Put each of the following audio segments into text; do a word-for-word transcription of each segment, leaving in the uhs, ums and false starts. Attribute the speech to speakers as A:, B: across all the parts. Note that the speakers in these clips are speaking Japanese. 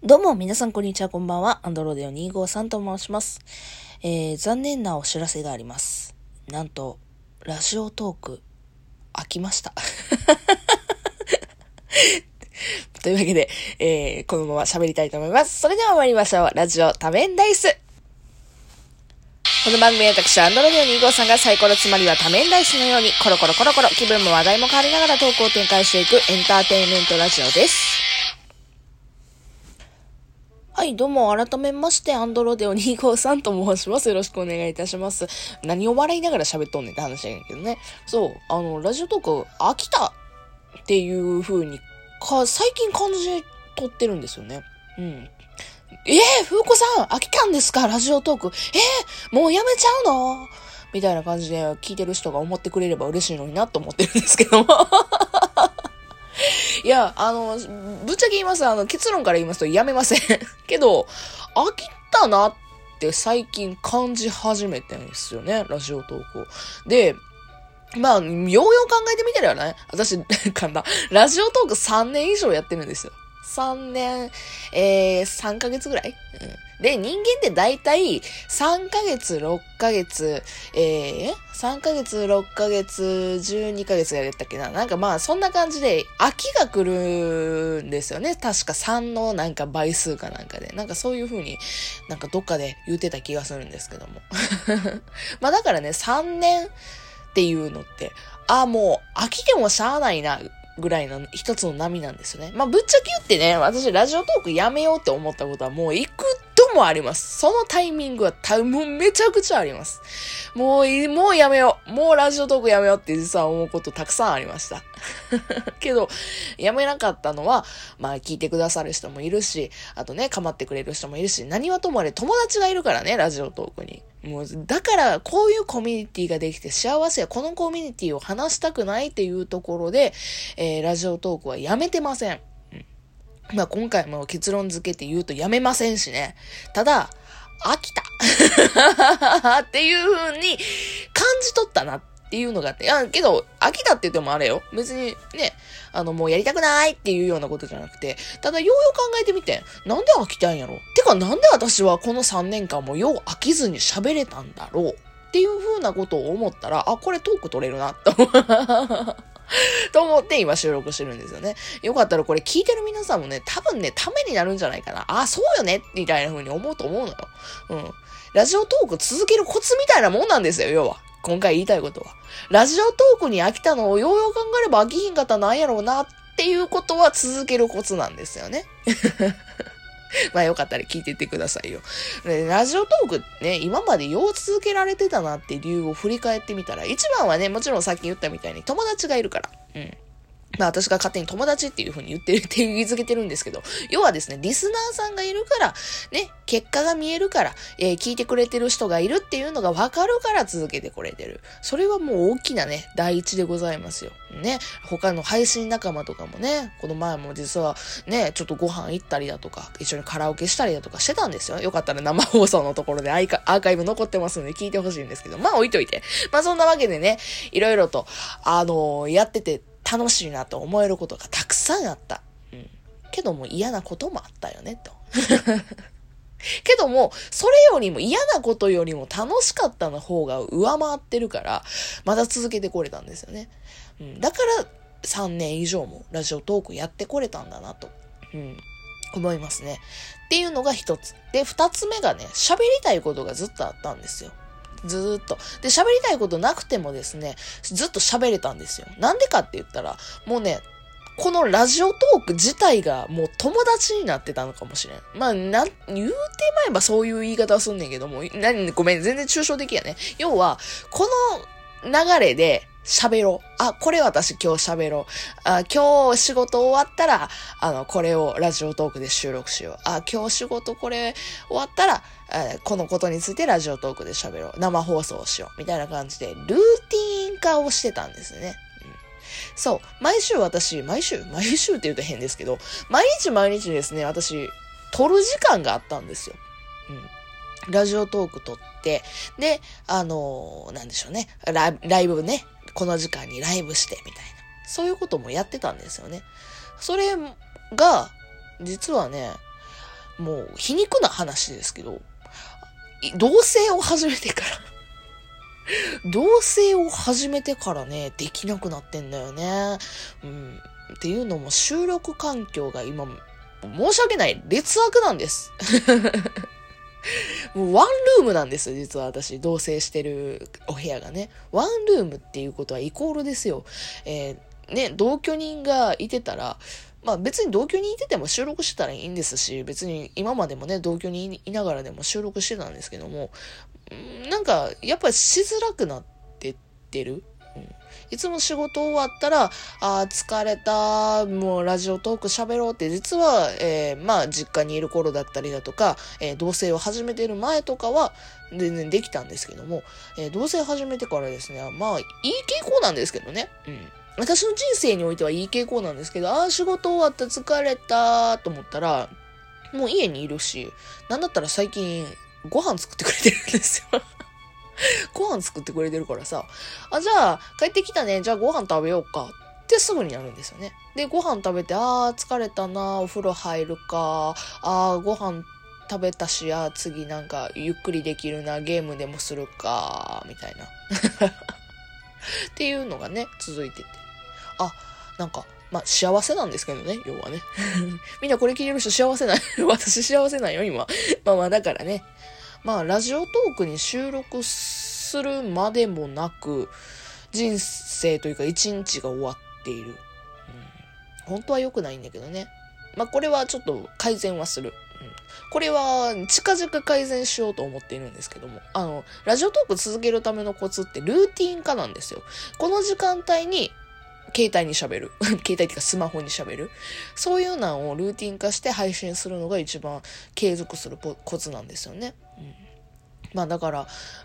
A: どうも、皆さんこんにちは、こんばんは。アンドロデオにひゃくごじゅうさんと申します。えー、残念なお知らせがあります。なんと、ラジオトーク、飽きました。というわけで、えー、このまま喋りたいと思います。それでは参りましょう。ラジオ多面ダイス。この番組は私、アンドロデオにひゃくごじゅうさんがサイコロつまりは多面ダイスのように、コロコロコロコロ、気分も話題も変わりながらトークを展開していくエンターテインメントラジオです。はい、どうも、改めまして、アンドロデオにひゃくごじゅうさんと申します。よろしくお願いいたします。何を笑いながら喋っとんねんって話やけどね。そう、あの、ラジオトーク、飽きたっていう風に、か、最近感じ取ってるんですよね。うん。えー、風子さん、飽きたんですかラジオトーク。えー、もうやめちゃうのみたいな感じで聞いてる人が思ってくれれば嬉しいのになと思ってるんですけども。いや、あの、ぶっちゃけ言います。あの、結論から言いますとやめません。けど、飽きたなって最近感じ始めてんですよね、ラジオトークを。で、まあ、ようよう考えてみたらね、私、かんだ、ラジオトークさんねん以上やってるんですよ。さんねん、えー、さんかげつぐらい、うん、で、人間ってだいたいさんかげつ、ろっかげつ、えー、さんかげつ、ろっかげつ、じゅうにかげつやったっけな。なんかまあ、そんな感じで、飽きが来るんですよね。確かさんのなんか倍数かなんかで。なんかそういう風に、なんかどっかで言ってた気がするんですけども。まあだからね、さんねんっていうのって、あ、もう飽きてもしゃあないな、ぐらいの一つの波なんですよね。まあ、ぶっちゃけ言ってね、私ラジオトークやめようって思ったことはもう幾度もあります。そのタイミングはたもうめちゃくちゃあります。もう、もうやめよう。もうラジオトークやめようって実は思うことたくさんありました。けど、やめなかったのは、まあ聞いてくださる人もいるし、あとね、構ってくれる人もいるし、何はともあれ友達がいるからね、ラジオトークに。もう、だから、こういうコミュニティができて幸せや、このコミュニティを話したくないっていうところで、えー、ラジオトークはやめてません。うん、まあ今回も結論付けて言うとやめませんしね。ただ、飽きたっていう風に感じ取ったなっていうのがあって、あ、けど、飽きたって言ってもあれよ。別にね、あの、もうやりたくないっていうようなことじゃなくて、ただようよう考えてみて、なんで飽きたんやろ？てかなんで私はこのさんねんかんもよう飽きずに喋れたんだろうっていう風なことを思ったら、あ、これトーク取れるなと。と思って今収録してるんですよね。よかったらこれ聞いてる皆さんもね、多分ね、ためになるんじゃないかな。あ、そうよねみたいな風に思うと思うのよ。うん。ラジオトーク続けるコツみたいなもんなんですよ、要は。今回言いたいことは。ラジオトークに飽きたのをようよう考えれば飽きひんかったらなんやろうなっていうことは続けるコツなんですよね。まあよかったら聞いていってくださいよ。ラジオトークね、今までよう続けられてたなって理由を振り返ってみたら、一番はね、もちろんさっき言ったみたいに友達がいるから。うん。まあ私が勝手に友達っていう風に言ってるって言い続けてるんですけど、要はですね、リスナーさんがいるから、ね、結果が見えるから、えー、聞いてくれてる人がいるっていうのがわかるから続けてくれてる。それはもう大きなね、第一でございますよ。ね、他の配信仲間とかもね、この前も実はね、ちょっとご飯行ったりだとか、一緒にカラオケしたりだとかしてたんですよ。よかったら生放送のところでアーカ、アーカイブ残ってますので聞いてほしいんですけど、まあ置いといて。まあそんなわけでね、いろいろと、あのー、やってて、楽しいなと思えることがたくさんあった。うん。けども嫌なこともあったよね、と。けども、それよりも嫌なことよりも楽しかったの方が上回ってるから、まだ続けてこれたんですよね。うん。だから、さんねん以上もラジオトークやってこれたんだなと。うん。思いますね。っていうのが一つ。で、二つ目がね、喋りたいことがずっとあったんですよ。ずーっと。で、喋りたいことなくてもですね、ずっと喋れたんですよ。なんでかって言ったら、もうね、このラジオトーク自体がもう友達になってたのかもしれん。まあ、な、言うてまえばそういう言い方はすんねんけども、なごめん、全然抽象的やね。要は、この流れで喋ろう。あ、これ私今日喋ろう。あ、今日仕事終わったら、あの、これをラジオトークで収録しよう。あ、今日仕事これ終わったら、このことについてラジオトークで喋ろう。生放送をしよう。みたいな感じで、ルーティーン化をしてたんですね。うん、そう。毎週私、毎週毎週って言うと変ですけど、毎日毎日ですね、私、撮る時間があったんですよ。うん。ラジオトーク撮って、で、あのー、なんでしょうね。ライブ、ライブね。この時間にライブして、みたいな。そういうこともやってたんですよね。それが、実はね、 もう皮肉な話ですけど、同棲を始めてから同棲を始めてからね、できなくなってんだよね。うん。っていうのも収録環境が今、申し訳ない、劣悪なんです。もうワンルームなんですよ、実は私。同棲してるお部屋がね。ワンルームっていうことはイコールですよ。えー、ね、同居人がいてたら、まあ別に同居にいてても収録してたらいいんですし、別に今までもね、同居にいながらでも収録してたんですけども、なんか、やっぱりしづらくなってってる。うん、いつも仕事終わったら、あー疲れた、もうラジオトーク喋ろうって、実は、えー、まあ実家にいる頃だったりだとか、えー、同棲を始めてる前とかは、全然できたんですけども、えー、同棲始めてからですね、まあいい傾向なんですけどね。うん。私の人生においてはいい傾向なんですけど、ああ、仕事終わった疲れたと思ったら、もう家にいるし、なんだったら最近ご飯作ってくれてるんですよ。ご飯作ってくれてるからさ、あ、じゃあ帰ってきたね、じゃあご飯食べようかってすぐになるんですよね。で、ご飯食べて、あー疲れたな、お風呂入るか、あーご飯食べたし、あ次なんかゆっくりできるな、ゲームでもするか、みたいな。っていうのがね、続いてて。あ、なんか、まあ、幸せなんですけどね、要はね。みんなこれ聞いてる人幸せない。私幸せないよ、今。まあまあ、だからね。まあ、ラジオトークに収録するまでもなく、人生というか一日が終わっている。うん、本当は良くないんだけどね。まあ、これはちょっと改善はする。うん、これは近々改善しようと思っているんですけども、あの、ラジオトーク続けるためのコツってルーティン化なんですよ。この時間帯に携帯に喋る。携帯っていうかスマホに喋る。そういうのをルーティン化して配信するのが一番継続するコツなんですよね。うん、まあだから、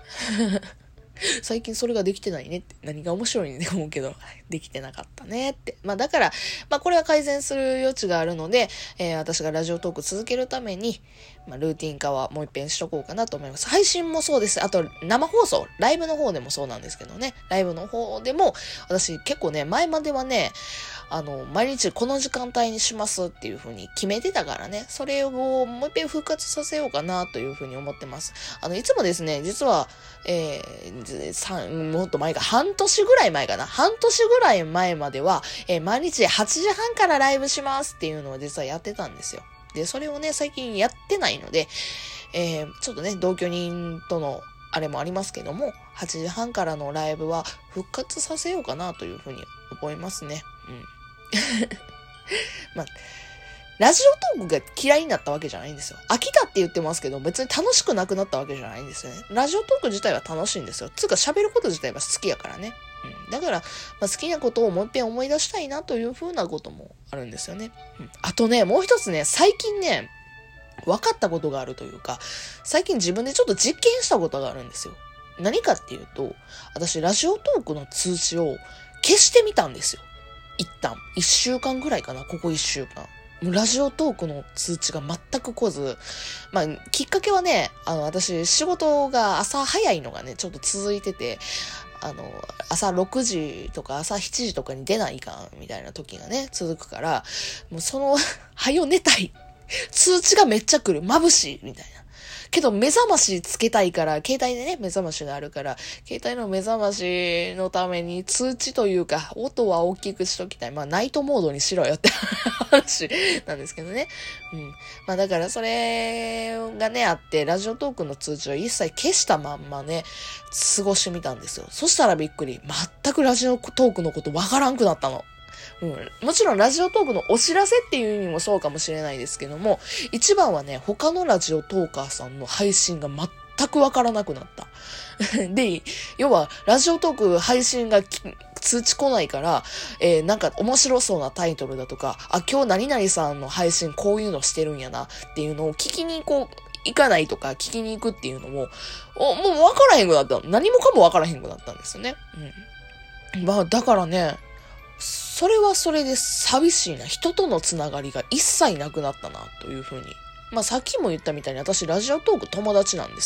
A: 最近それができてないねって、何が面白いねって思うけど、できてなかったねって。まあだから、まあこれは改善する余地があるので、えー、私がラジオトーク続けるために、まあルーティン化はもう一遍しとこうかなと思います。配信もそうです。あと生放送、ライブの方でもそうなんですけどね。ライブの方でも、私結構ね、前まではね、あの、毎日この時間帯にしますっていう風に決めてたからね、それをもう一遍復活させようかなという風に思ってます。あの、いつもですね、実は、えー、さん、もっと前か、半年ぐらい前かな。半年ぐらい前までは、えー、毎日はちじはんからライブしますっていうのを実はやってたんですよ。で、それをね、最近やってないので、えー、ちょっとね、同居人とのあれもありますけども、はちじはんからのライブは復活させようかなというふうに思いますね。うん。まあ、ラジオトークが嫌いになったわけじゃないんですよ。飽きたって言ってますけど、別に楽しくなくなったわけじゃないんですよね。ラジオトーク自体は楽しいんですよ。つうか喋ること自体は好きやからね。うん、だから、まあ、好きなことをもう一遍思い出したいなというふうなこともあるんですよね。うん、あとね、もう一つね、最近ね、分かったことがあるというか、最近自分でちょっと実験したことがあるんですよ。何かっていうと、私ラジオトークの通知を消してみたんですよ。一旦。一週間ぐらいかな、ここ一週間。ラジオトークの通知が全く来ず、まあ、きっかけはね、あの、私、仕事が朝早いのがね、ちょっと続いてて、あの、朝ろくじとか朝しちじとかに出ないかん、みたいな時がね、続くから、もうその、はよ寝たい。通知がめっちゃ来る。眩しい。みたいな。けど目覚ましつけたいから、携帯でね、目覚ましがあるから、携帯の目覚ましのために通知というか、音は大きくしときたい。まあ、ナイトモードにしろよって話なんですけどね。うん。まあ、だからそれがね、あって、ラジオトークの通知を一切消したまんまね、過ごしてみたんですよ。そしたらびっくり。全くラジオトークのことわからんくなったの。うん、もちろんラジオトークのお知らせっていう意味もそうかもしれないですけども、一番はね、他のラジオトーカーさんの配信が全くわからなくなった。で、要は、ラジオトーク配信が通知来ないから、えー、なんか面白そうなタイトルだとか、あ、今日何々さんの配信こういうのしてるんやなっていうのを聞きに行こう、行かないとか聞きに行くっていうのも、おもうわからへんくなった。何もかもわからへんくなったんですよね。うん。まあ、だからね、それはそれで寂しいな。人とのつながりが一切なくなったな、というふうに。まあさっきも言ったみたいに私ラジオトーク友達なんですよ。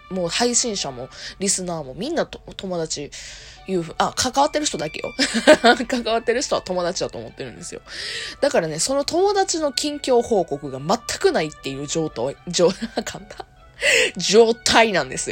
A: もう配信者もリスナーもみんなと友達いうふう、あ、関わってる人だけよ。関わってる人は友達だと思ってるんですよ。だからね、その友達の近況報告が全くないっていう状態、状、簡単状態なんですよ。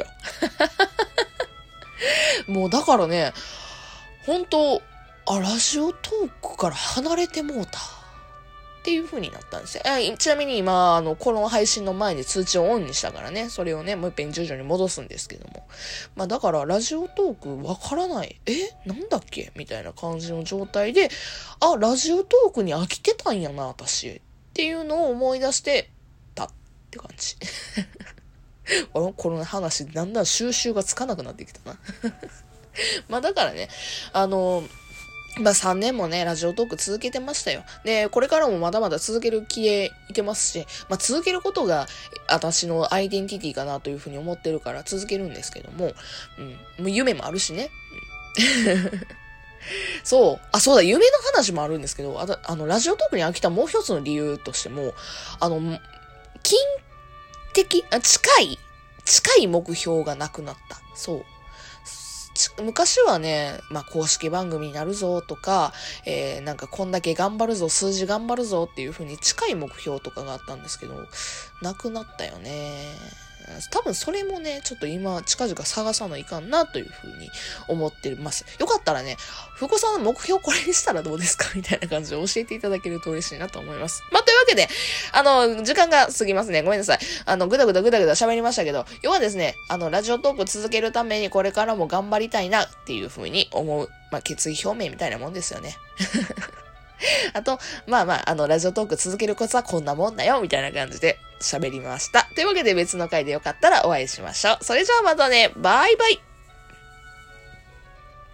A: もうだからね、本当あ、ラジオトークから離れてもうた。っていう風になったんですよ。ちなみに今、あの、この配信の前に通知をオンにしたからね、それをね、もう一遍徐々に戻すんですけども。まあだから、ラジオトークわからない。えなんだっけみたいな感じの状態で、あ、ラジオトークに飽きてたんやな、私。っていうのを思い出してたって感じ。あの、この話、だんだん収集がつかなくなってきたな。まあだからね、あの、まあさんねんもね、ラジオトーク続けてましたよ。で、これからもまだまだ続ける気でいてますし、まあ続けることが私のアイデンティティかなというふうに思ってるから続けるんですけども、うん、もう夢もあるしね。うん、そう。あ、そうだ、夢の話もあるんですけど、ああの、ラジオトークに飽きたもう一つの理由としても、あの、近的、あ近い、近い目標がなくなった。そう。昔はね、まあ、公式番組になるぞとか、えー、なんかこんだけ頑張るぞ、数字頑張るぞっていう風に近い目標とかがあったんですけど、なくなったよね。多分それもね、ちょっと今近々探さないかんなという風に思ってます。よかったらね、ふこさんの目標これにしたらどうですかみたいな感じで教えていただけると嬉しいなと思います。まあ、というわけで、あの、時間が過ぎますね。ごめんなさい。あの、ぐだぐだぐだぐだ喋りましたけど、要はですね、あの、ラジオトーク続けるためにこれからも頑張りたいなっていう風に思う、まあ、決意表明みたいなもんですよね。あと、まあまあ、あの、ラジオトーク続けるコツはこんなもんだよ、みたいな感じで喋りました。というわけで別の回でよかったらお会いしましょう。それじゃあまたね、バイバイ。